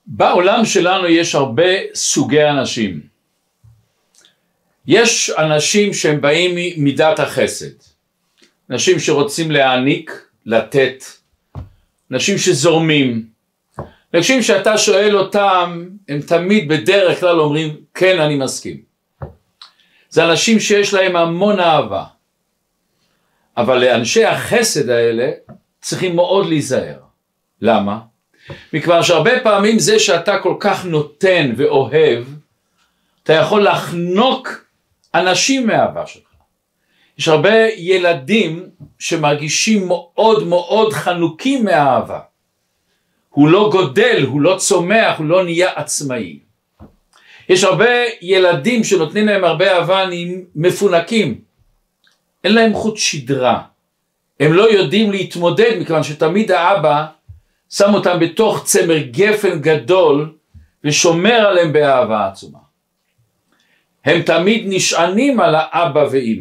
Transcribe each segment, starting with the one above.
בעולם שלנו יש הרבה סוגי אנשים. יש אנשים שהם באים ממידת החסד. אנשים שרוצים להעניק, לתת. אנשים שזורמים. אנשים שאתה שואל אותם, הם תמיד בדרך כלל אומרים, כן, אני מסכים. זה אנשים שיש להם המון אהבה. אבל לאנשי החסד האלה צריכים מאוד להיזהר. למה? מכיוון שהרבה פעמים זה שאתה כל כך נותן ואוהב, אתה יכול לחנוק אנשים מהאהבה שלך. יש הרבה ילדים שמרגישים מאוד מאוד חנוקים מהאהבה. הוא לא גודל, הוא לא צומח, הוא לא נהיה עצמאי. יש הרבה ילדים שנותנים להם הרבה אהבה, נהיים מפונקים. אין להם חוט שדרה. הם לא יודעים להתמודד, מכיוון שתמיד האבא שם אותם בתוך צמר גפן גדול, ושומר עליהם באהבה עצומה. הם תמיד נשענים על האבא ואמא.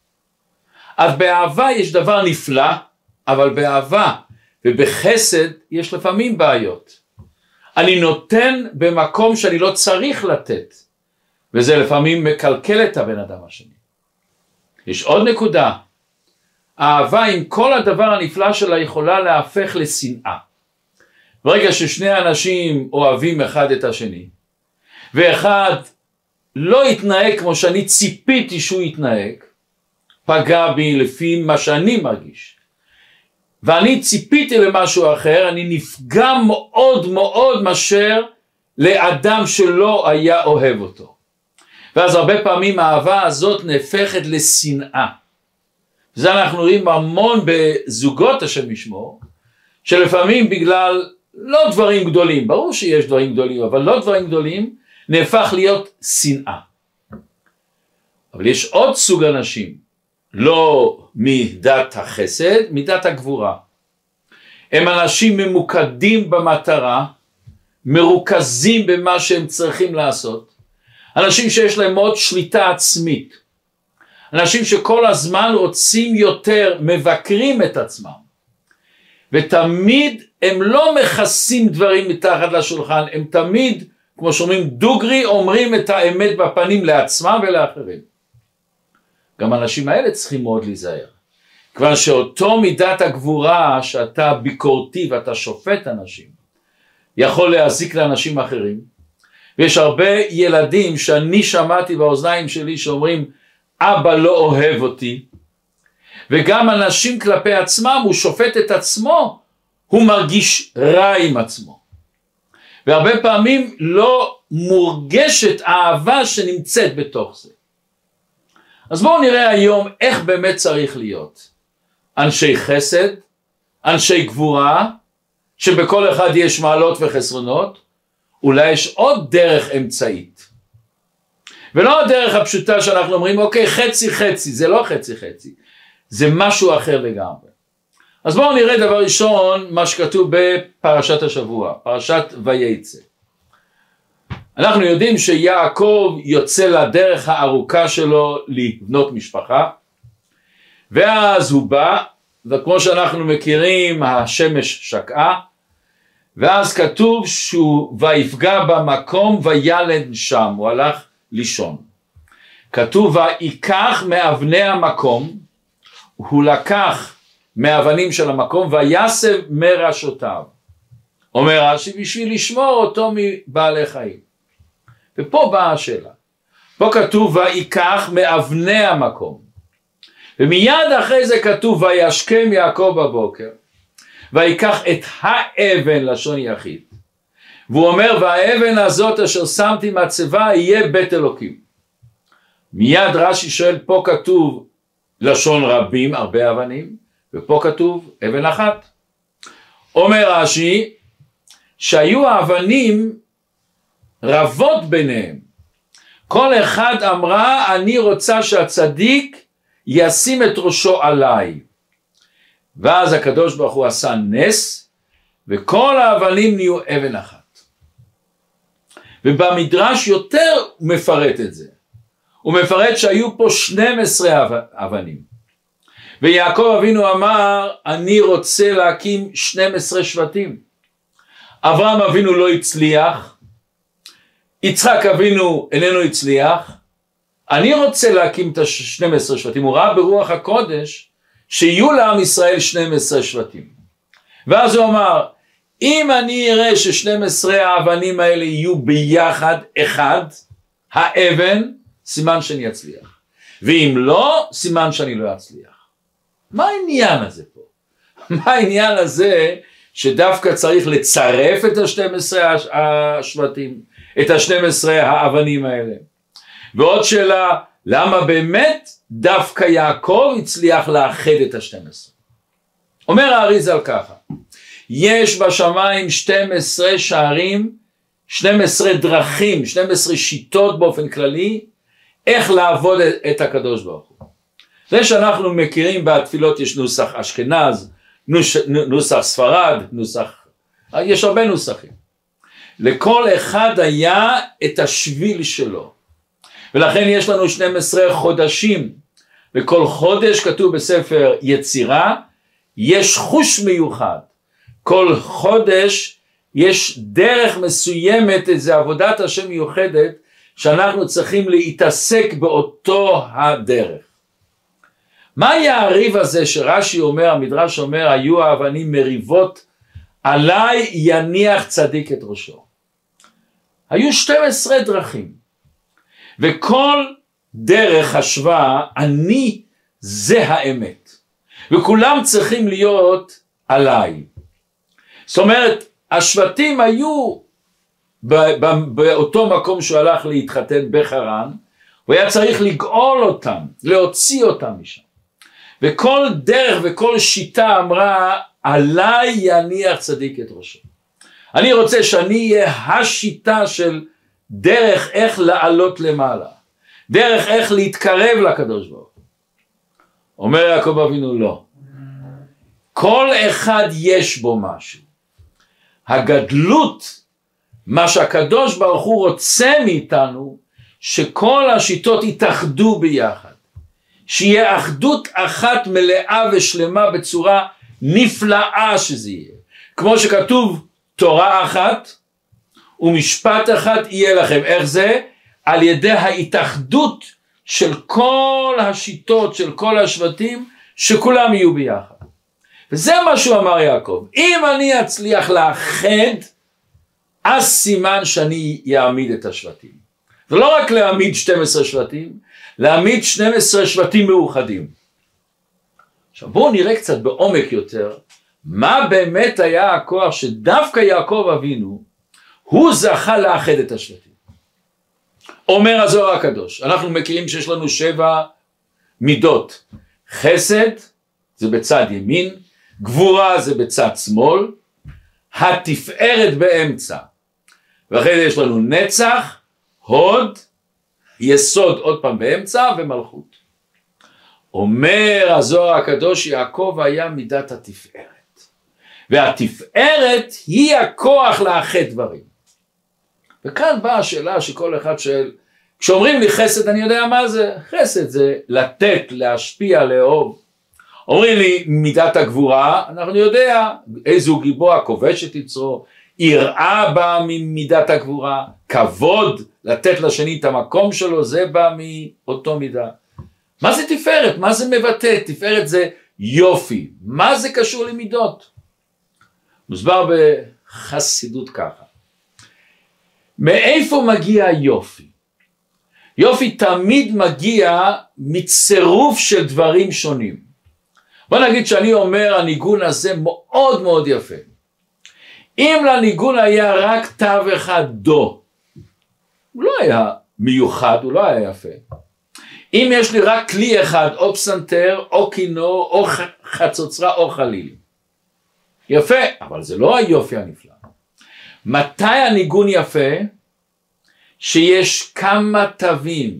אז באהבה יש דבר נפלא, אבל באהבה ובחסד יש לפעמים בעיות. אני נותן במקום שאני לא צריך לתת, וזה לפעמים מקלקל את הבן אדם השני. יש עוד נקודה. האהבה עם כל הדבר הנפלא שלה יכולה להפך לשנאה. ברגע ששני אנשים אוהבים אחד את השני, ואחד לא יתנהג כמו שאני ציפיתי שהוא יתנהג, פגע בי לפי מה שאני מרגיש, ואני ציפיתי למשהו אחר, אני נפגע מאוד מאוד מאשר לאדם שלא היה אוהב אותו. ואז הרבה פעמים האהבה הזאת נהפכת לשנאה. זה אנחנו רואים המון בזוגות השם ישמור, שלפעמים בגלל לא דברים גדולים, ברור שיש דברים גדולים, אבל לא דברים גדולים, נהפך להיות שנאה. אבל יש עוד סוג אנשים, לא מידת החסד, מידת הגבורה. הם אנשים ממוקדים במטרה, מרוכזים במה שהם צריכים לעשות. אנשים שיש להם מאוד שליטה עצמית. אנשים שכל הזמן רוצים יותר, מבקרים את עצמם. ותמיד הם לא מכסים דברים מתחת לשולחן, הם תמיד, כמו שאומרים דוגרי, אומרים את האמת בפנים לעצמם ולאחרים. גם האנשים האלה צריכים מאוד להיזהר. כבר שאותו מידת הגבורה שאתה ביקורתי ואתה שופט אנשים, יכול להזיק לאנשים אחרים. ויש הרבה ילדים שאני שמעתי באוזניים שלי שאומרים, אבא לא אוהב אותי. וגם אנשים כלפי עצמם, הוא שופט את עצמו, הוא מרגיש רע עם עצמו. והרבה פעמים לא מורגשת האהבה שנמצאת בתוך זה. אז בואו נראה היום איך באמת צריך להיות. אנשי חסד, אנשי גבורה, שבכל אחד יש מעלות וחסרונות, אולי יש עוד דרך אמצעית. ולא הדרך הפשוטה שאנחנו אומרים, אוקיי, חצי חצי, זה לא חצי חצי, זה משהו אחר לגמרי. אז בואו נראה דבר ראשון, מה שכתוב בפרשת השבוע, פרשת וייצא. אנחנו יודעים שיעקב יוצא לדרך הארוכה שלו לבנות משפחה, ואז הוא בא, וכמו שאנחנו מכירים, השמש שקעה, ואז כתוב שהוא ויפגע במקום וילד שם, הוא הלך לישון. כתוב ויקח מאבני המקום, הוא לקח מאבנים של המקום ויסב מראשותיו. אומר רש"י, בשביל לשמור אותו מבעלי חיים. ופה באה השאלה. פה כתוב ויקח מאבני המקום. ומיד אחרי זה כתוב וישכם יעקב בבוקר. ויקח את האבן לשון יחיד. והוא אומר והאבן הזאת אשר שמתי מצבה יהיה בית אלוקים. מיד רש"י שואל, פה כתוב לשון רבים, הרבה אבנים, ופה כתוב אבן אחת. אומר רש"י שהיו האבנים רבות ביניהם. כל אחד אמרה אני רוצה שהצדיק ישים את ראשו עליי. ואז הקדוש ברוך הוא עשה נס, וכל האבנים נהיו אבן אחת. ובמדרש יותר הוא מפרט את זה. הוא מפרט שהיו פה 12 אבנים. ויעקב אבינו אמר, אני רוצה להקים 12 שבטים. אברהם אבינו לא הצליח, יצחק אבינו איננו הצליח, אני רוצה להקים את 12 שבטים. הוא ראה ברוח הקודש שיהיו לעם ישראל 12 שבטים. ואז הוא אמר, אם אני אראה ש12 האבנים האלה יהיו ביחד אחד, האבן, סימן שאני אצליח. ואם לא, סימן שאני לא אצליח. מה העניין הזה פה? מה העניין הזה שדווקא צריך לצרף את 12 השבטים, את 12 האבנים האלה? ועוד שאלה, למה באמת דווקא יעקב הצליח לאחד את 12? אומר האריז"ל ככה, יש בשמיים 12 שערים, 12 דרכים, 12 שיטות באופן כללי, איך לעבוד את הקדוש ברוך הוא. זה שאנחנו מכירים בתפילות, יש נוסח אשכנז, נוסח ספרד, יש הרבה נוסחים. לכל אחד היה את השביל שלו. ולכן יש לנו 12 חודשים. וכל חודש כתוב בספר יצירה, יש חוש מיוחד. כל חודש יש דרך מסוימת, איזו עבודת השם מיוחדת, שאנחנו צריכים להתעסק באותו הדרך. מה היה הריב הזה שרש"י אומר, המדרש אומר, היו האבנים מריבות, עליי יניח צדיק את ראשו. היו 12 דרכים, וכל דרך חשבה, אני זה האמת, וכולם צריכים להיות עליי. זאת אומרת, השבטים היו באותו מקום שהוא הלך להתחתן בחרן, הוא היה צריך לגאול אותם, להוציא אותם משם. וכל דרך וכל שיטה אמרה, עליי יניח צדיק את ראשו. אני רוצה שאני אהיה השיטה של דרך איך לעלות למעלה, דרך איך להתקרב לקדוש ברוך הוא. אומר יעקב אבינו לא. כל אחד יש בו משהו. הגדלות, מה שהקדוש ברוך הוא רוצה מאיתנו, שכל השיטות יתאחדו ביחד. שיהיה אחדות אחת מלאה ושלמה בצורה נפלאה שזה יהיה. כמו שכתוב תורה אחת ומשפט אחד יהיה לכם. איך זה? על ידי ההתאחדות של כל השיטות, של כל השבטים, שכולם יהיו ביחד. וזה מה שהוא אמר יעקב. אם אני אצליח לאחד, אז סימן שאני יעמיד את השבטים. זה לא רק להעמיד 12 שבטים, להעמיד 12 שבטים מאוחדים. עכשיו בואו נראה קצת בעומק יותר, מה באמת היה הכוח שדווקא יעקב אבינו, הוא זכה לאחד את השבטים. אומר הזוהר הקדוש, אנחנו מכירים שיש לנו 7 מידות. חסד, זה בצד ימין, גבורה זה בצד שמאל, התפארת באמצע. ואחרי זה יש לנו נצח, הוד, יסוד עוד פעם באמצע ומלכות. אומר הזוהר הקדוש, יעקב היה מידת התפארת. והתפארת היא הכוח לאחד דברים. וכאן באה השאלה שכל אחד שואל, כשאומרים לי חסד אני יודע מה זה? חסד זה לתת, להשפיע, לאהוב. אומרים לי מידת הגבורה, אנחנו יודע איזו גיבור הכובש את יצרו, יראה בא ממידת הגבורה, כבוד, לתת לשני את המקום שלו, זה בא מאותו מידה. מה זה תפארת? מה זה מבטא? תפארת זה יופי. מה זה קשור למידות? מוסבר בחסידות ככה. מאיפה מגיע יופי? יופי תמיד מגיע מצירוף של דברים שונים. בוא נגיד שאני אומר הניגון הזה מאוד מאוד יפה. אם לניגון היה רק תו אחד דו, הוא לא היה מיוחד, הוא לא היה יפה. אם יש לי רק כלי אחד, או פסנתר, או כינור, או חצוצרה, או חליל. יפה, אבל זה לא היופי הנפלא. מתי הניגון יפה? שיש כמה תווים,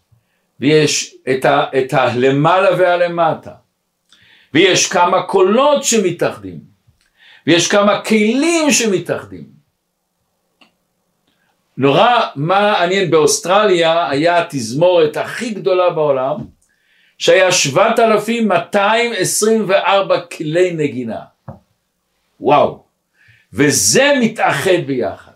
ויש את הלמעלה והלמטה, ויש כמה קולות שמתאחדים, ויש כמה כלים שמתאחדים. נורא מעניין, באוסטרליה היה התזמורת הכי גדולה בעולם, שהיה 7,224 כלי נגינה. וואו. וזה מתאחד ביחד.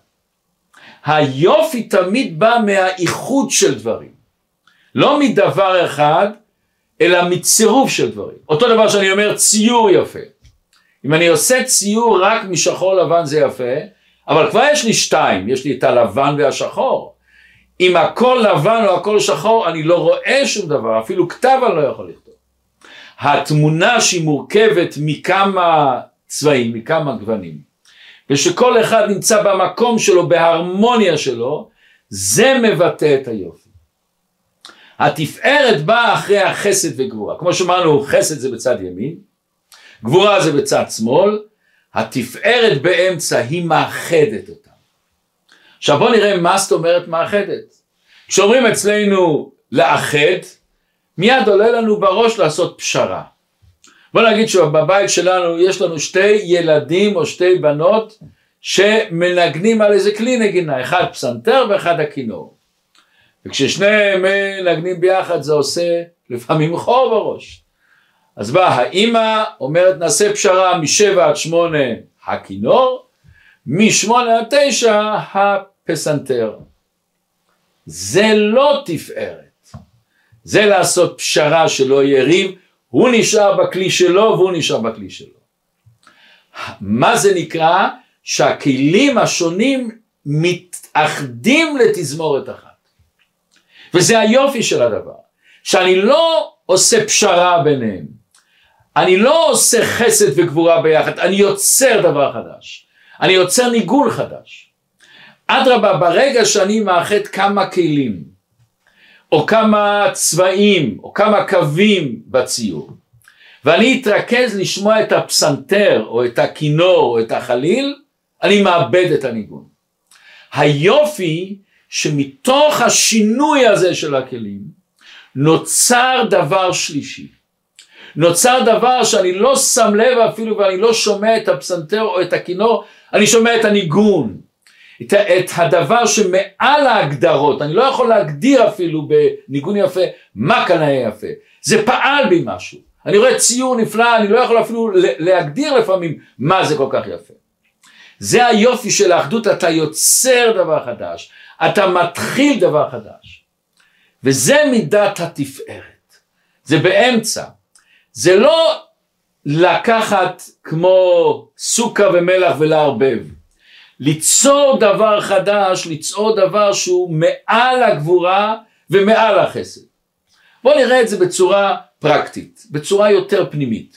היופי תמיד בא מהאיחוד של דברים, לא מדבר אחד, אלא מצירוף של דברים. אותו דבר שאני אומר ציור יפה. אם אני עושה ציור רק משחור לבן זה יפה, אבל כבר יש לי שתיים, יש לי את הלבן והשחור. אם הכל לבן או הכל שחור, אני לא רואה שום דבר, אפילו כתב אני לא יכול לכתוב. התמונה שהיא מורכבת מכמה צבעים, מכמה גוונים, ושכל אחד נמצא במקום שלו, בהרמוניה שלו, זה מבטא את היופי. התפארת באה אחרי החסד וגבורה. כמו שאמרנו, חסד זה בצד ימין, גבורה זה בצד שמאל, התפארת באמצע היא מאחדת אותה. עכשיו בוא נראה מה זאת אומרת מאחדת. כשאומרים אצלנו לאחד, מיד עולה לנו בראש לעשות פשרה. בוא נגיד שבבית שלנו יש לנו שתי ילדים או שתי בנות שמנגנים על איזה כלי נגינה, אחד פסנתר ואחד הכינור. וכששניהם מנגנים ביחד זה עושה לפעמים חור בראש. אז בא האמא אומרת נעשה פשרה מ7 עד 8 הכינור, מ8 עד 9 הפסנתר. זה לא תפארת, זה לעשות פשרה שלא יריב, הוא נשאר בכלי שלו והוא נשאר בכלי שלו. מה זה נקרא? שהכלים השונים מתאחדים לתזמורת אחת. וזה היופי של הדבר, שאני לא עושה פשרה ביניהם, אני לא עושה חסד וגבורה ביחד, אני יוצר דבר חדש, אני יוצר ניגון חדש. אדרבה, ברגע שאני מאחד כמה כלים, או כמה צבעים, או כמה קווים בציור, ואני אתרכז לשמוע את הפסנתר, או את הכינור, או את החליל, אני מאבד את הניגון. היופי שמתוך השינוי הזה של הכלים, נוצר דבר שלישי. נוצר דבר שאני לא שם לב אפילו, ואני לא שומע את הפסנתר או את הכינור, אני שומע את הניגון. את הדבר שמעל ההגדרות, אני לא יכול להגדיר אפילו בניגון יפה, מה כאן היה יפה. זה פעל בי משהו. אני רואה ציור נפלא, אני לא יכול אפילו להגדיר לפעמים מה זה כל כך יפה. זה היופי של האחדות, אתה יוצר דבר חדש, אתה מתחיל דבר חדש. וזה מידת התפארת. זה באמצע. זה לא לקחת כמו סוכר ומלח ולערבב. ליצור דבר חדש, ליצור דבר שהוא מעל הגבורה ומעל החסד. בואו נראה את זה בצורה פרקטית, בצורה יותר פנימית.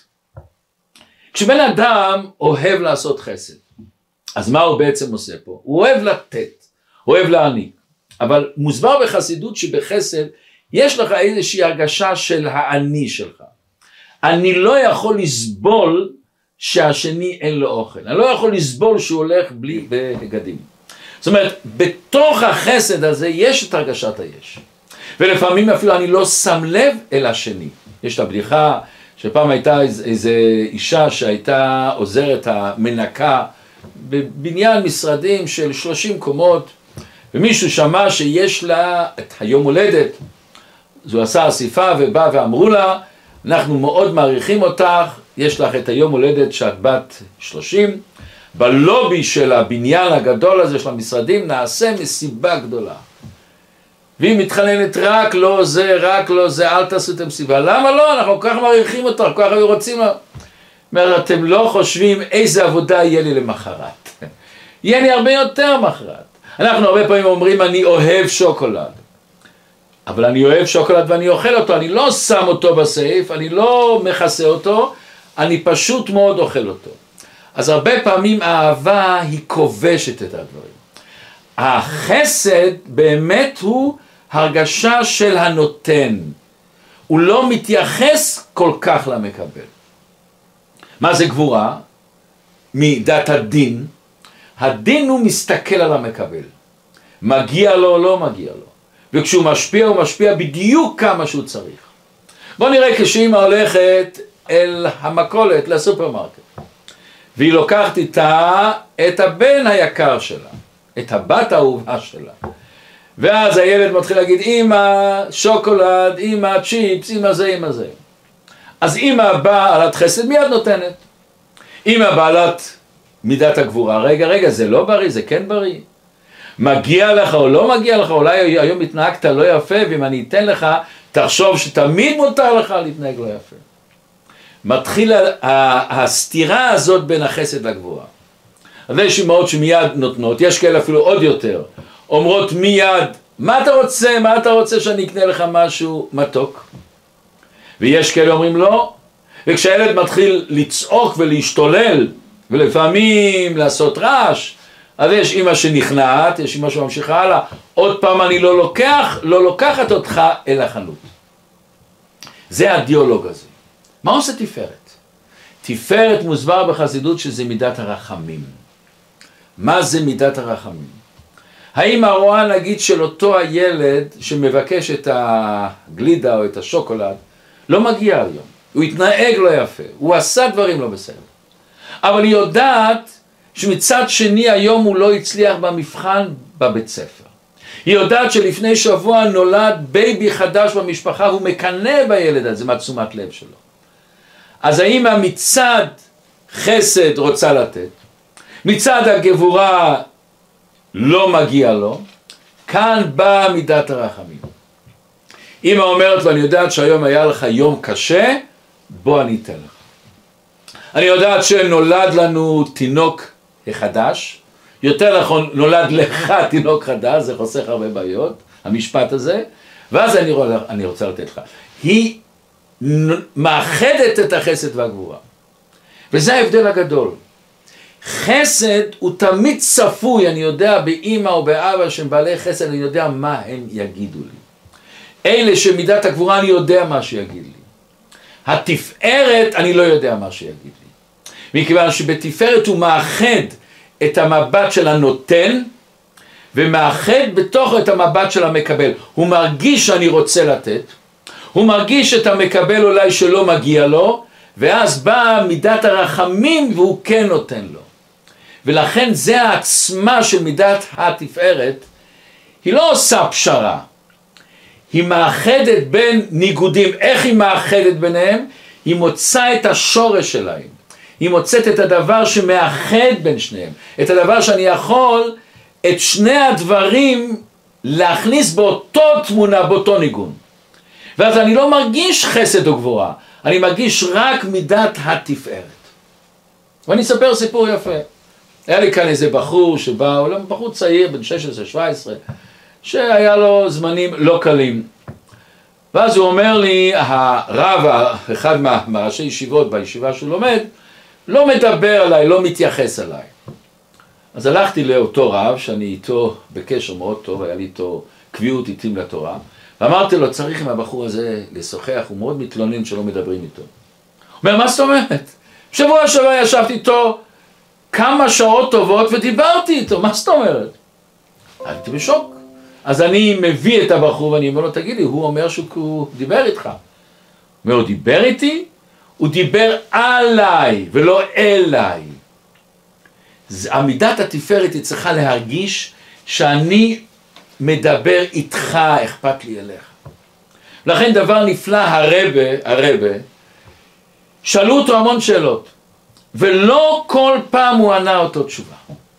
כשבן אדם אוהב לעשות חסד, אז מה הוא בעצם עושה פה? הוא אוהב לתת, הוא אוהב להעניק. אבל מוסבר בחסידות שבחסד יש לך איזושהי הרגשה של האני שלך. אני לא יכול לסבול שהשני אין לו אוכל. אני לא יכול לסבול שהוא הולך בלי בגדים. זאת אומרת, בתוך החסד הזה יש את הרגשת היש. ולפעמים אפילו אני לא שם לב אל השני. יש את הבדיחה שפעם הייתה איזו אישה שהייתה עוזרת המנקה בבניין משרדים של 30 קומות, ומישהו שמע שיש לה את היום הולדת, אז הוא עשה אסיפה ובא ואמרו לה, אנחנו מאוד מעריכים אותך, יש לך את היום הולדת שאת בת 30, בלובי של הבניין הגדול הזה של המשרדים נעשה מסיבה גדולה. והיא מתחננת, רק לא זה, רק לא זה, אל תעשו את המסיבה. למה לא? אנחנו כל כך מעריכים אותך, כל כך רוצים לה. אומר, אתם לא חושבים איזה עבודה יהיה לי למחרת. יהיה לי הרבה יותר מחרת. אנחנו הרבה פעמים אומרים, אני אוהב שוקולד. אבל אני אוהב שוקולד ואני אוכל אותו, אני לא שם אותו בסעיף, אני לא מכסה אותו, אני פשוט מאוד אוכל אותו. אז הרבה פעמים האהבה היא כובשת את הדברים. החסד באמת הוא הרגשה של הנותן. הוא לא מתייחס כל כך למקבל. מה זה גבורה? מידת הדין. הדין הוא מסתכל על המקבל. מגיע לו או לא מגיע לו. וכשהוא משפיע, הוא משפיע בדיוק כמה שהוא צריך. בוא נראה כשאמא הולכת אל המכולת, לסופרמרקט. והיא לוקחת איתה את הבן היקר שלה, את הבת האהובה שלה. ואז הילד מתחיל להגיד, אמא שוקולד, אמא צ'יפס, אמא זה, אמא זה. אז אמא בעלת חסד מיד נותנת. אמא בעלת מידת הגבורה, רגע, זה לא בריא, זה כן בריא. מגיע לך או לא מגיע לך, אולי היום התנהגת לא יפה, ואם אני אתן לך, תחשוב שתמיד מותר לך להתנהג לא יפה. מתחיל הסתירה הזאת בין החסד לגבורה. אז יש אמהות שמיד נותנות, יש כאלה אפילו עוד יותר, אומרות מיד, מה אתה רוצה שאני אקנה לך משהו מתוק? ויש כאלה אומרים לא, וכשהילד מתחיל לצעוק ולהשתולל, ולפעמים לעשות רעש, אז יש אמא שנכנעת, יש אמא שממשיכה הלאה, עוד פעם אני לא לוקחת אותך אל החנות. זה הדיאלוג הזה. מה עושה תפארת? תפארת מוסבר בחסידות שזה מידת הרחמים. מה זה מידת הרחמים? האם הרואה נגיד של אותו הילד שמבקש את הגלידה או את השוקולד, לא מגיע היום, הוא התנהג לא יפה, הוא עשה דברים לא בסדר. אבל היא יודעת שמצד שני היום הוא לא הצליח במבחן בבית ספר. היא יודעת שלפני שבוע נולד בייבי חדש במשפחה והוא מקנא בילד הזה מהתשומת לב שלו. אז האמא מצד חסד רוצה לתת, מצד הגבורה לא מגיע לו, כאן באה מידת הרחמים. אמא אומרת לו, אני יודעת שהיום היה לך יום קשה, בוא אני אתן לך. אני יודעת שנולד לנו תינוק חדש, יותר נכון נולד לך תינוק חדש, זה חוסך הרבה בעיות, המשפט הזה, ואז אני רוצה לתת לך. היא מאחדת את החסד והגבורה. וזה ההבדל הגדול. חסד הוא תמיד צפוי, אני יודע באמא או באבא שהם בעלי חסד, אני יודע מה הם יגידו לי. אלה שמידת הגבורה אני יודע מה שיגיד לי. התפארת אני לא יודע מה שיגיד לי. מכיוון שבתפארת הוא מאחד את המבט של הנותן, ומאחד בתוך את המבט של המקבל. הוא מרגיש שאני רוצה לתת, הוא מרגיש את המקבל אולי שלא מגיע לו, ואז באה מידת הרחמים והוא כן נותן לו. ולכן זה העצמה של מידת התפארת, היא לא עושה פשרה, היא מאחדת בין ניגודים. איך היא מאחדת ביניהם? היא מוצאה את השורש שלהם, היא מוצאת את הדבר שמאחד בין שניהם, את הדבר שאני יכול את שני הדברים להכניס באותו תמונה, באותו ניגון. ואז אני לא מרגיש חסד או גבורה, אני מרגיש רק מידת התפארת. ואני אספר סיפור יפה. היה לי כאן איזה בחור שבא, בחור צעיר, בן 16-17, שהיה לו זמנים לא קלים. ואז הוא אומר לי, הרב, אחד מהראשי ישיבות בישיבה שהוא לומד, לא מדבר עליי, לא מתייחס עליי. אז הלכתי לאותו רב, שאני איתו בקשר מאוד טוב, היה לי איתו קביעות איתים לתורה, ואמרתי לו, צריך עם הבחור הזה לשוחח, הוא מאוד מתלונן שלא מדברים איתו. הוא אומר, מה זאת אומרת? בשבוע שעבר ישבתי איתו כמה שעות טובות ודיברתי איתו, מה זאת אומרת? הייתי בשוק. אז אני מביא את הבחור ואני אומר לו, תגיד לי, הוא אומר שהוא דיבר איתך. הוא אומר, הוא דיבר איתי? הוא דיבר עליי ולא אליי. עמידת התפארת היא צריכה להרגיש שאני מדבר איתך, אכפת לי אליך. לכן דבר נפלא, הרבה, שאלו אותו המון שאלות, ולא כל פעם הוא ענה אותו תשובה.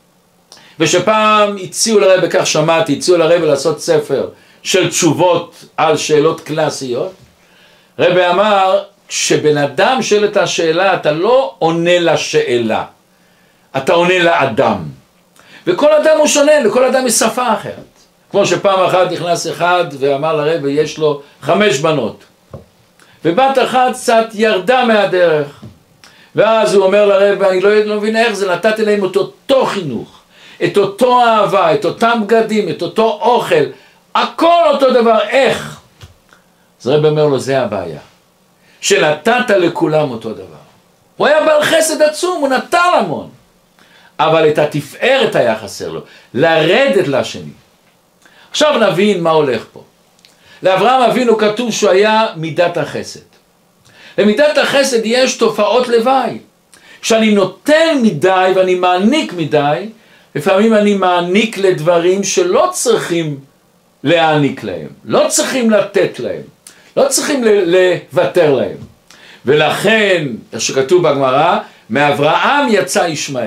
ושפעם הציעו לרבה, כך שמעתי, הציעו לרבה לעשות ספר של תשובות על שאלות קלאסיות. רבה אמר, כשבן אדם שואל את השאלה, אתה לא עונה לשאלה, אתה עונה לאדם. וכל אדם הוא שונה, לכל אדם יש שפה אחרת. כמו שפעם אחת נכנס אחד ואמר לרבה, יש לו 5 בנות. ובת אחת קצת ירדה מהדרך. ואז הוא אומר לרבה, אני לא מבין איך זה, נתתי להם את אותו חינוך, את אותו אהבה, את אותם בגדים, את אותו אוכל, הכל אותו דבר, איך? אז רבה אומר לו, זה הבעיה. שנתת לכולם אותו דבר. הוא היה בעל חסד עצום, הוא נתן המון. אבל את התפארת היה חסר לו, לרדת לשני. עכשיו נבין מה הולך פה. לאברהם אבינו כתוב שהוא היה מידת החסד. למידת החסד יש תופעות לוואי. כשאני נותן מדי ואני מעניק מדי, לפעמים אני מעניק לדברים שלא צריכים להעניק להם, לא צריכים לתת להם, לא צריכים לוותר להם. ולכן, איך שכתוב בגמרא, מאברהם יצא ישמעאל.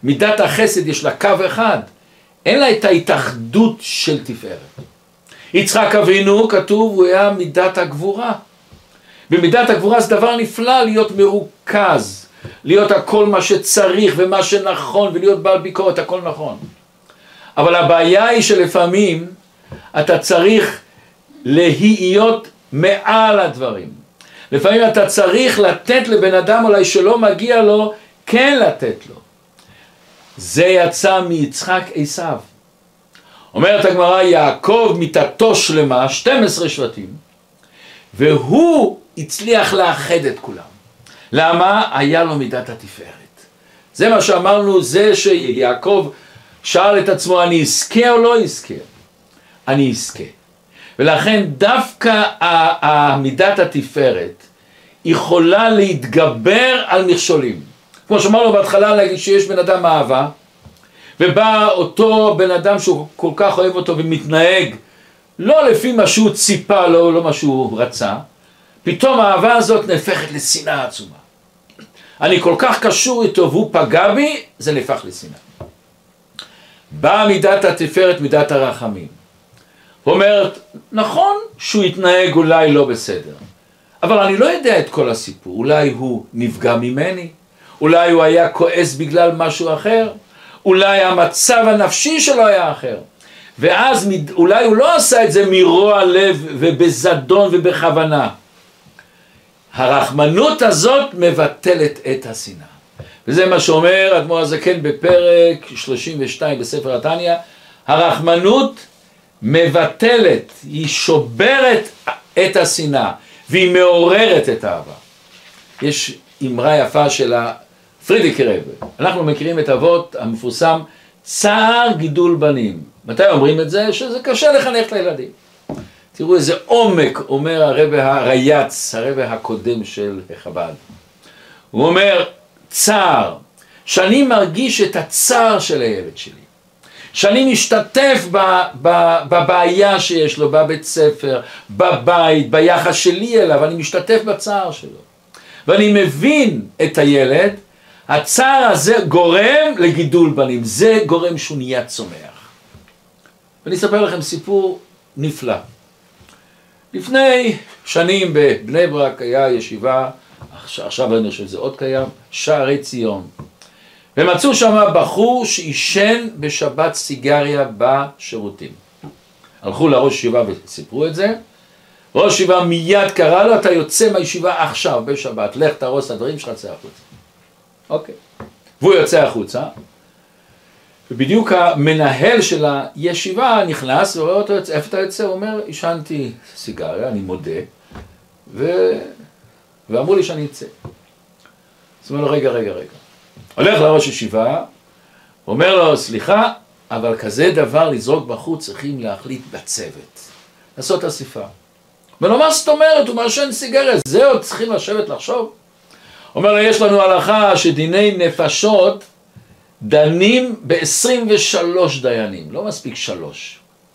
מידת החסד יש לה קו אחד, אין לה את ההתאחדות של תפארת. יצחק אבינו כתוב הוא היה מידת הגבורה. במידת הגבורה זה דבר נפלא להיות מרוכז, להיות הכל מה שצריך ומה שנכון ולהיות בעל ביקורת, הכל נכון. אבל הבעיה היא שלפעמים אתה צריך להיות מעל הדברים. לפעמים אתה צריך לתת לבן אדם אולי שלא מגיע לו, כן לתת לו. זה יצא מיצחק עשיו. אומרת הגמרא, יעקב מיתתו שלמה, 12 שבטים, והוא הצליח לאחד את כולם. למה? היה לו מידת התפארת. זה מה שאמרנו, זה שיעקב שאל את עצמו, אני אזכה או לא אזכה? אני אזכה. ולכן דווקא מידת התפארת יכולה להתגבר על מכשולים. כמו שאמרנו בהתחלה, להגיד שיש בן אדם אהבה, ובא אותו בן אדם שהוא כל כך אוהב אותו ומתנהג לא לפי מה שהוא ציפה, לא מה שהוא רצה, פתאום האהבה הזאת נהפכת לשנאה עצומה. אני כל כך קשור איתו והוא פגע בי, זה נהפך לשנאה. באה מידת התפארת, מידת הרחמים. הוא אומר, נכון שהוא התנהג אולי לא בסדר, אבל אני לא יודע את כל הסיפור. אולי הוא נפגע ממני, אולי הוא היה כועס בגלל משהו אחר, אולי המצב הנפשי שלו היה אחר. ואז אולי הוא לא עשה את זה מרוע לב ובזדון ובכוונה. הרחמנות הזאת מבטלת את השנאה. וזה מה שאומר אדמו"ר הזקן בפרק 32 בספר התניא, הרחמנות מבטלת, היא שוברת את השנאה, והיא מעוררת את האהבה. יש אמרה יפה של פרידיקי רבי, אנחנו מכירים את אבות המפורסם, צער גידול בנים. מתי אומרים את זה? שזה קשה לחנך את הילדים. תראו איזה עומק אומר הרבי הרייץ, הרבי הקודם של חב"ד. הוא אומר, צער, שאני מרגיש את הצער של הילד שלי, שאני משתתף בבעיה שיש לו, בבית ספר, בבית, ביחס שלי אליו, אני משתתף בצער שלו. ואני מבין את הילד, הצער הזה גורם לגידול בנים, זה גורם שהוא נהיה צומח. ואני אספר לכם סיפור נפלא. לפני שנים בבני ברק היה ישיבה, עכשיו אני חושב שזה עוד קיים, שערי ציון. ומצאו שם בחור שעישן בשבת סיגריה בשירותים. הלכו לראש ישיבה וסיפרו את זה. ראש ישיבה מיד קרא לו, אתה יוצא מהישיבה עכשיו בשבת, לך תרוס את הדברים שלך, צא החוצה. אוקיי. והוא יוצא החוצה, ובדיוק המנהל של הישיבה נכנס ורואה אותו, איפה אתה יוצא? הוא אומר, עישנתי סיגריה, אני מודה, ואמרו לי שאני אצא. אז הוא אומר לו, רגע. הולך לראש ישיבה, אומר לו, סליחה, אבל כזה דבר לזרוק בחוץ צריכים להחליט בצוות, לעשות אסיפה. אומר לו, מה זאת אומרת? הוא מעשן סיגריה, זה עוד צריכים לשבת לחשוב? אומר לו, יש לנו הלכה שדיני נפשות דנים ב-23 דיינים, לא מספיק 3.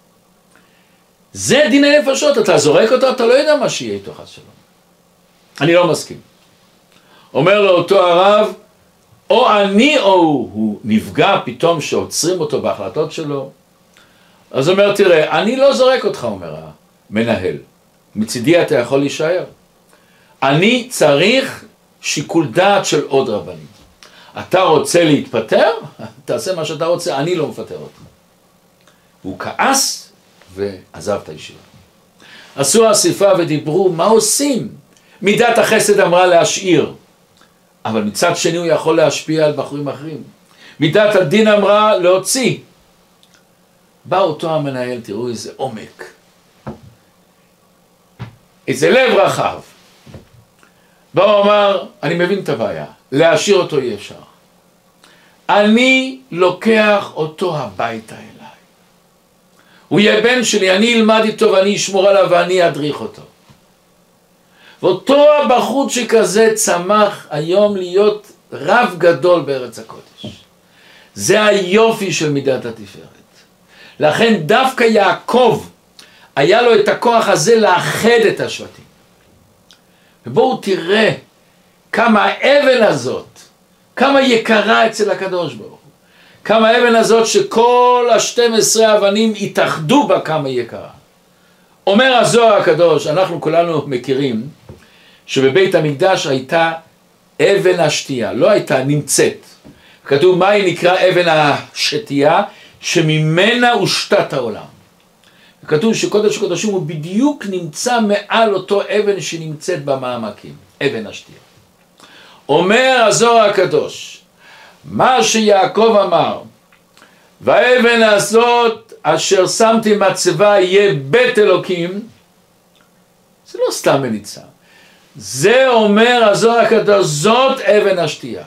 זה דיני נפשות, אתה זורק אותו, אתה לא יודע מה שיהיה איתו חס שלום. אני לא מסכים. אומר לו אותו הרב, או אני או הוא נפגע פתאום שעוצרים אותו בהחלטות שלו. אז אומר, תראה, אני לא זורק אותך, אומר המנהל. מצידי אתה יכול להישאר. אני צריך שיקול דעת של עוד רבנים. אתה רוצה להתפטר? תעשה מה שאתה רוצה, אני לא מפטר אותך. הוא כעס ועזב את הישיבה. עשו אסיפה ודיברו, מה עושים? מידת החסד אמרה להשאיר, אבל מצד שני הוא יכול להשפיע על בחורים אחרים. מידת הדין אמרה להוציא. בא אותו המנהל, תראו איזה עומק, איזה לב רחב. בא הוא אמר, אני מבין את הבעיה, להשאיר אותו אי אפשר. אני לוקח אותו הביתה אליי. הוא יהיה בן שלי, אני אלמד איתו ואני אשמור עליו ואני אדריך אותו. ואותו הבחור שכזה צמח היום להיות רב גדול בארץ הקודש. זה היופי של מידת התפארת. לכן דווקא יעקב היה לו את הכוח הזה לאחד את השבטים. ובואו תראה כמה האבן הזאת, כמה יקרה אצל הקדוש ברוך הוא. כמה האבן הזאת שכל ה-12 אבנים התאחדו בה כמה יקרה. אומר הזוהר הקדוש, אנחנו כולנו מכירים, שבבית המקדש הייתה אבן השתייה, לא הייתה נמצאת. כתוב מה היא נקרא אבן השתייה, שממנה הושתת העולם. כתוב שקודש הקודשים הוא בדיוק נמצא מעל אותו אבן שנמצאת במעמקים, אבן השתייה. אומר הזוהר הקדוש, מה שיעקב אמר, והאבן הזאת אשר שמתי מצבה יהיה בית אלוקים, זה לא סתם מליצה. זה אומר הזוהר הקדוש, זאת אבן השתייה.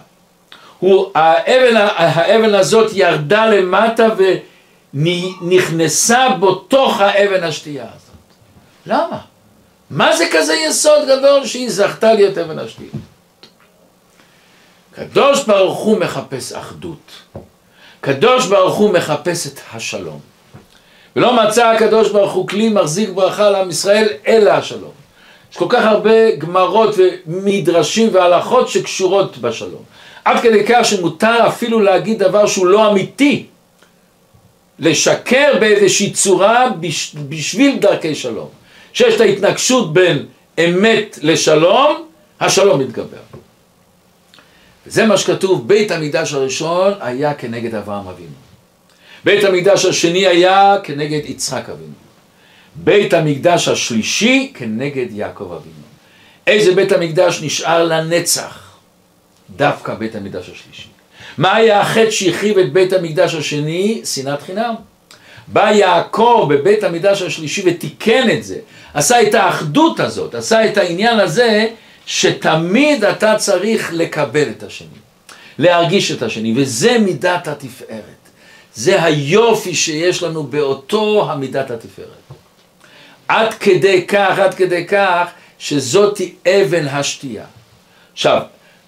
האבן הזאת ירדה למטה ונכנסה בתוך האבן השתייה הזאת. למה? מה זה כזה יסוד גדול שהיא זכתה להיות אבן השתייה? קדוש ברוך הוא מחפש אחדות. קדוש ברוך הוא מחפש את השלום. ולא מצא הקדוש ברוך הוא כלי מחזיק ברכה לעם ישראל אלא השלום. יש כל כך הרבה גמרות ומדרשים והלכות שקשורות בשלום. עד כדי כך שמותר אפילו להגיד דבר שהוא לא אמיתי. לשקר באיזושהי צורה בשביל דרכי שלום. שיש את ההתנגשות בין אמת לשלום, השלום מתגבר. וזה מה שכתוב, בית המקדש הראשון היה כנגד אברהם אבינו. בית המקדש השני היה כנגד יצחק אבינו. בית המקדש השלישי כנגד יעקב אבינו. איזה בית המקדש נשאר לנצח? דווקא בית המקדש השלישי. מה היה החטא שהחריב את בית המקדש השני? שנאת חינם. בא יעקב בבית המקדש השלישי ותיקן את זה. עשה את האחדות הזאת, עשה את העניין הזה שתמיד אתה צריך לקבל את השני. להרגיש את השני, וזה מידת התפארת. זה היופי שיש לנו באותו המידת התפארת. עד כדי כך שזאת אבן השתייה. עכשיו,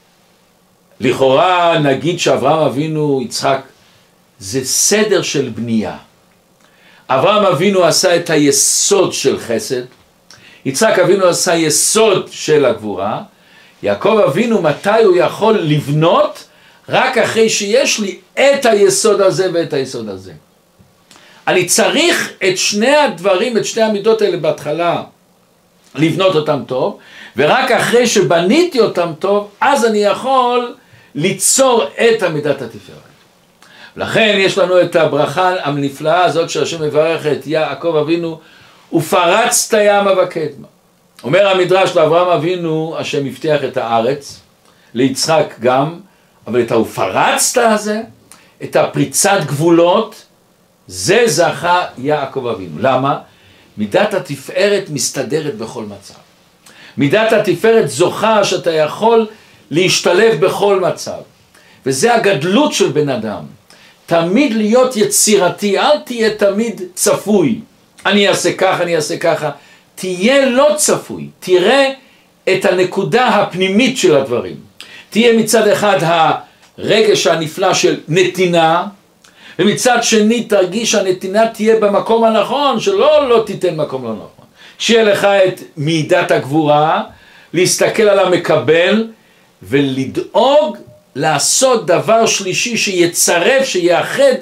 לכאורה נגיד שאברהם אבינו, יצחק, זה סדר של בנייה. אברהם אבינו עשה את היסוד של חסד, יצחק אבינו עשה יסוד של הגבורה, יעקב אבינו מתי הוא יכול לבנות? רק אחרי שיש לי את היסוד הזה ואת היסוד הזה. אני צריך את שני הדברים, את שני המידות האלה בהתחלה, לבנות אותם טוב, ורק אחרי שבניתי אותם טוב, אז אני יכול ליצור את המידת התפארת. ולכן יש לנו את הברכה הנפלאה הזאת שהשם מברך את יעקב אבינו, ופרצת ימה וקדמה. אומר המדרש לאברהם אבינו, השם הבטיח את הארץ, ליצחק גם, אבל את ופרצת הזה, את הפריצת גבולות, זה זכה יעקב אבינו. למה? מידת התפארת מסתדרת בכל מצב. מידת התפארת זוכה שאתה יכול להשתלב בכל מצב. וזה הגדלות של בן אדם. תמיד להיות יצירתי, אל תהיה תמיד צפוי. אני אעשה ככה, אני אעשה ככה. תהיה לא צפוי. תראה את הנקודה הפנימית של הדברים. תהיה מצד אחד הרגש הנפלא של נתינה, ומצד שני תרגיש שהנתינה תהיה במקום הנכון, שלא תיתן מקום לא נכון. שיהיה לך את מידת הגבורה, להסתכל על המקבל, ולדאוג לעשות דבר שלישי שיצרף, שיאחד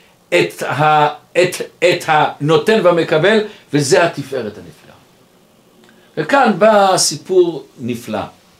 את הנותן והמקבל, וזה התפארת הנפלאה. וכאן בא סיפור נפלא.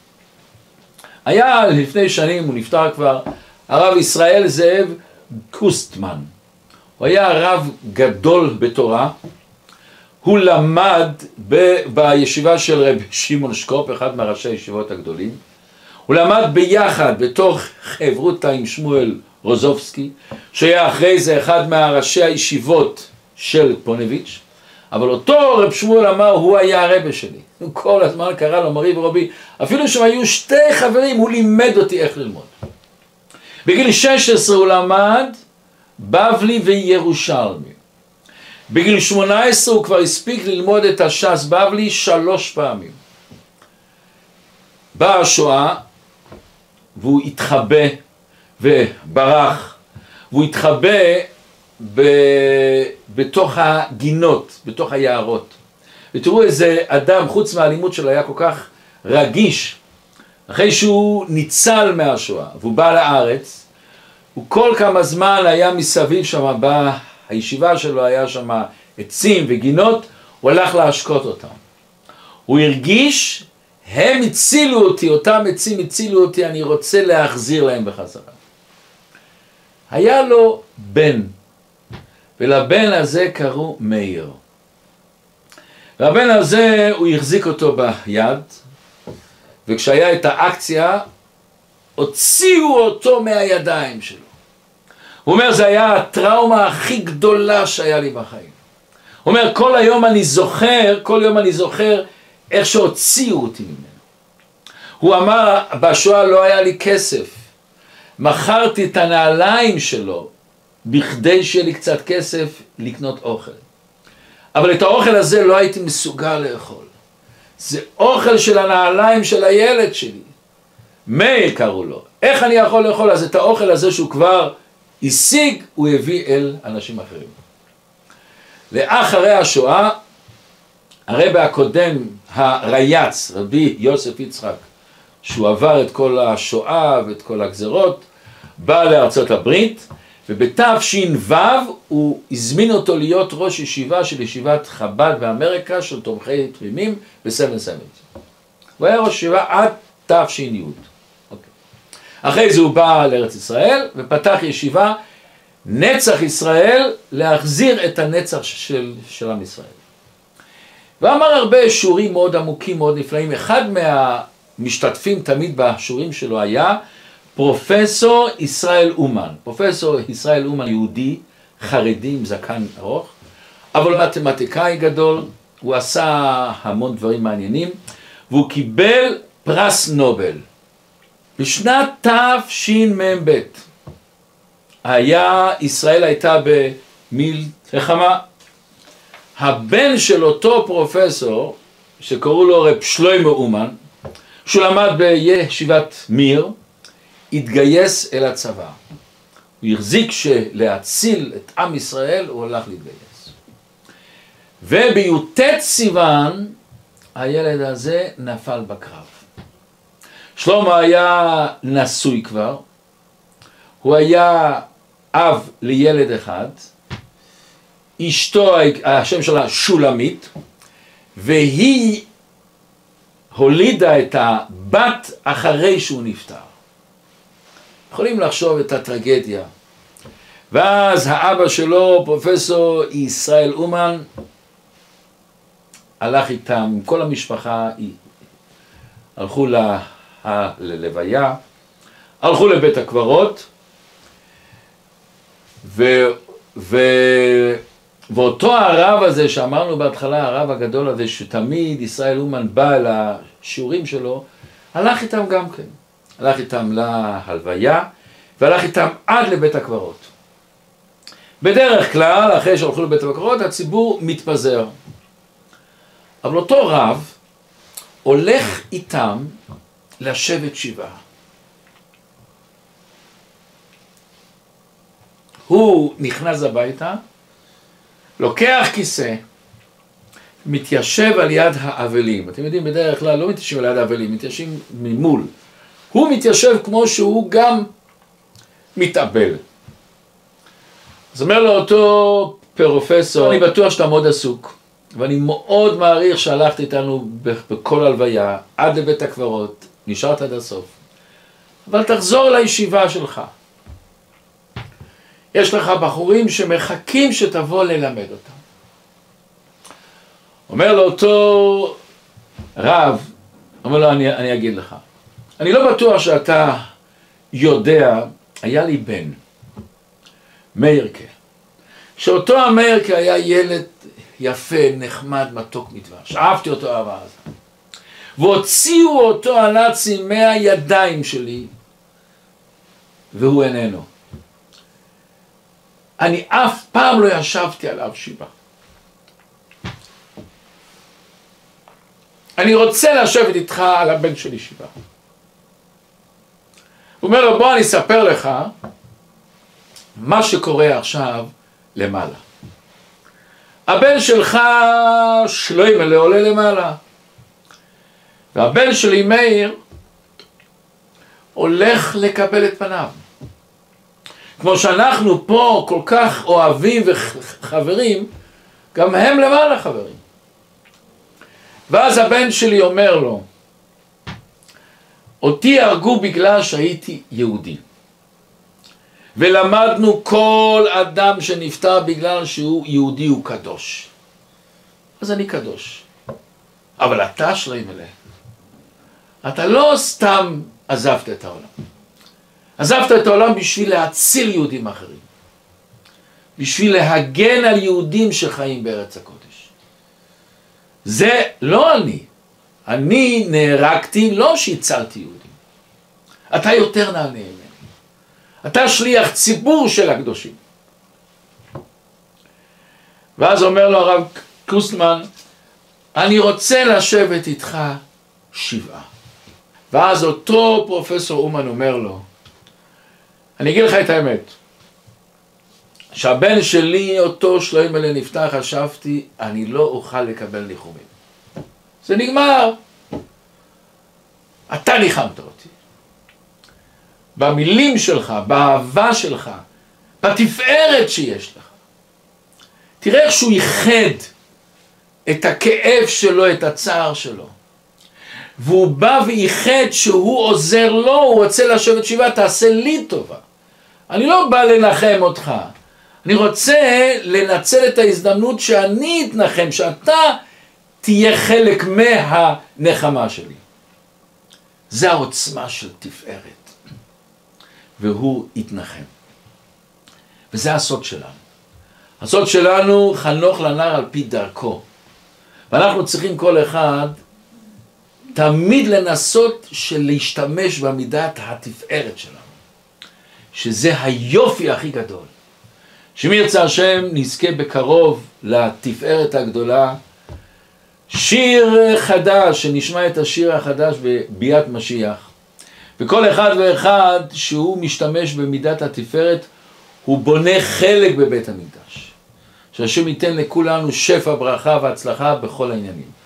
היה לפני שנים, הוא נפטר כבר, הרב ישראל זאב קוסטמן. הוא היה רב גדול בתורה. הוא למד בישיבה של רב שמעון שקופ, אחד מהראשי הישיבות הגדולים. הוא למד ביחד בתוך חברותא עם שמואל רוזובסקי, שהיה אחרי זה אחד מהראשי הישיבות של פונביץ'. אבל אותו רב שמואל אמר, הוא היה הרבה שלי. הוא כל הזמן קרא לו מרי ורבי. אפילו שהם היו שתי חברים, הוא לימד אותי איך ללמוד. בגיל 16 הוא למד בבלי וירושלמי. בגיל 18 הוא כבר הספיק ללמוד את הש"ס בבלי 3 פעמים. באה השואה, והוא התחבא וברח, והוא התחבא בתוך הגינות, בתוך היערות. ותראו איזה אדם, חוץ מהאלימות שלו, היה כל כך רגיש, אחרי שהוא ניצל מהשואה, והוא בא לארץ, הוא כל כמה זמן היה מסביב שם, הישיבה שלו היה שם עצים וגינות, הוא הלך להשקות אותם. הוא הרגיש, הם הצילו אותי, אותם עצים הצילו אותי, אני רוצה להחזיר להם בחזרה. היה לו בן, ולבן הזה קראו מאיר. והבן הזה, הוא החזיק אותו ביד, וכשהיה את האקציה, הוציאו אותו מהידיים שלו. הוא אומר, זה היה הטראומה הכי גדולה שהיה לי בחיים. הוא אומר, כל יום אני זוכר איך שהוציאו אותי ממנו. הוא אמר, בשואה לא היה לי כסף. מכרתי את הנעליים שלו, בכדי שיהיה לי קצת כסף לקנות אוכל. אבל את האוכל הזה לא הייתי מסוגל לאכול. זה אוכל של הנעליים של הילד שלי. מאיר קראו לו. איך אני יכול לאכול? אז את האוכל הזה שהוא כבר השיג, הוא הביא אל אנשים אחרים. לאחרי השואה, הרבי הקודם, הרייץ, רבי יוסף יצחק, שהוא עבר את כל השואה ואת כל הגזרות, בא לארצות הברית, ובתש"ו הוא הזמין אותו להיות ראש ישיבה של ישיבת חב"ד באמריקה של תומכי תמימים בסבן סמית. הוא היה ראש ישיבה עד תש"י. אחרי זה הוא בא לארץ ישראל ופתח ישיבה נצח ישראל, להחזיר את הנצח של עם ישראל. ואמר הרבה שיעורים מאוד עמוקים, מאוד נפלאים. אחד מהמשתתפים תמיד בשיעורים שלו היה פרופסור ישראל אומן. פרופסור ישראל אומן יהודי, חרדי עם זקן ארוך, אבל מתמטיקאי גדול, הוא עשה המון דברים מעניינים, והוא קיבל פרס נובל. בשנת תשמ"ב, ישראל הייתה במלחמה. הבן של אותו פרופסור, שקראו לו רב שלמה אומן, שהוא למד בישיבת מיר, התגייס אל הצבא. הוא החזיק שלהציל את עם ישראל, הוא הלך להתגייס. ובי"ט סיוון, הילד הזה נפל בקרב. שלמה היה נשוי כבר, הוא היה אב לילד אחד, אשתו, השם שלה שולמית, והיא הולידה את הבת אחרי שהוא נפטר. יכולים לחשוב את הטרגדיה. ואז האבא שלו, פרופסור ישראל אומן, הלך איתם, עם כל המשפחה, הלכו ללוויה, הלכו לבית הקברות, ואותו הרב הזה שאמרנו בהתחלה, הרב הגדול הזה, שתמיד ישראל אומן בא לשיעורים שלו, הלך איתם גם כן. הלך איתם להלוויה, והלך איתם עד לבית הקברות. בדרך כלל, אחרי שהלכו לבית הקברות, הציבור מתפזר. אבל אותו רב הולך איתם לשבת שבעה. הוא נכנס הביתה, לוקח כיסא, מתיישב על יד האבלים. אתם יודעים, בדרך כלל לא מתיישבים על יד האבלים, מתיישבים ממול. הוא מתיישב כמו שהוא גם מתאבל. אז אומר לו אותו פרופסור, אני בטוח שאתה מאוד עסוק, ואני מאוד מעריך שהלכת איתנו בכל הלוויה, עד לבית הקברות, נשארת עד הסוף. אבל תחזור לישיבה שלך. יש לך בחורים שמחכים שתבוא ללמד אותם. אומר לו אותו רב, אומר לו, אני אגיד לך. אני לא בטוח שאתה יודע, היה לי בן, מאירקה. שאותו המאירקה היה ילד יפה, נחמד, מתוק מדבש. אהבתי אותו אהבה הזאת. והוציאו אותו הנאצים מהידיים שלי, והוא איננו. אני אף פעם לא ישבתי עליו שבעה. אני רוצה לשבת איתך על הבן שלי שבעה. הוא אומר לו, בוא אני אספר לך מה שקורה עכשיו למעלה. הבן שלך שלוימלה עולה למעלה. והבן שלי מאיר הולך לקבל את פניו. כמו שאנחנו פה כל כך אוהבים וחברים, גם הם למעלה חברים. ואז הבן שלי אומר לו, אותי הרגו בגלל שהייתי יהודי. ולמדנו כל אדם שנפטר בגלל שהוא יהודי הוא קדוש. אז אני קדוש. אבל אתה שלמה מלא. אתה לא סתם עזבת את העולם. עזבת את העולם בשביל להציל יהודים אחרים. בשביל להגן על יהודים שחיים בארץ הקודש. זה לא אני. אני נהרגתי לא שהצלתי יהודים. אתה יותר נעלה ממני. אתה שליח ציבור של הקדושים. ואז אומר לו הרב קוסטמן, אני רוצה לשבת איתך 7. ואז אותו פרופסור אומן אומר לו, אני אגיד לך את האמת, שהבן שלי, אותו שלמה מלא נפטר, חשבתי, אני לא אוכל לקבל ניחומים. זה נגמר. אתה ניחמת אותי. במילים שלך, באהבה שלך, בתפארת שיש לך. תראה איך שהוא ייחד את הכאב שלו, את הצער שלו. והוא בא וייחד שהוא עוזר לו, הוא רוצה לשבת 7, תעשה לי טובה. אני לא בא לנחם אותך. אני רוצה לנצל את ההזדמנות שאני אתנחם, שאתה תהיה חלק מהנחמה שלי. זה העוצמה של תפארת. והוא יתנחם. וזה הסוד שלנו. הסוד שלנו חנוך לנער על פי דרכו. ואנחנו צריכים כל אחד תמיד לנסות להשתמש במידת התפארת שלנו. שזה היופי הכי גדול. שמי ירצה השם נזכה בקרוב לתפארת הגדולה. שיר חדש, שנשמע את השיר החדש בביאת משיח. וכל אחד ואחד שהוא משתמש במידת התפארת, הוא בונה חלק בבית המקדש. שהשם ייתן לכולנו שפע ברכה והצלחה בכל העניינים.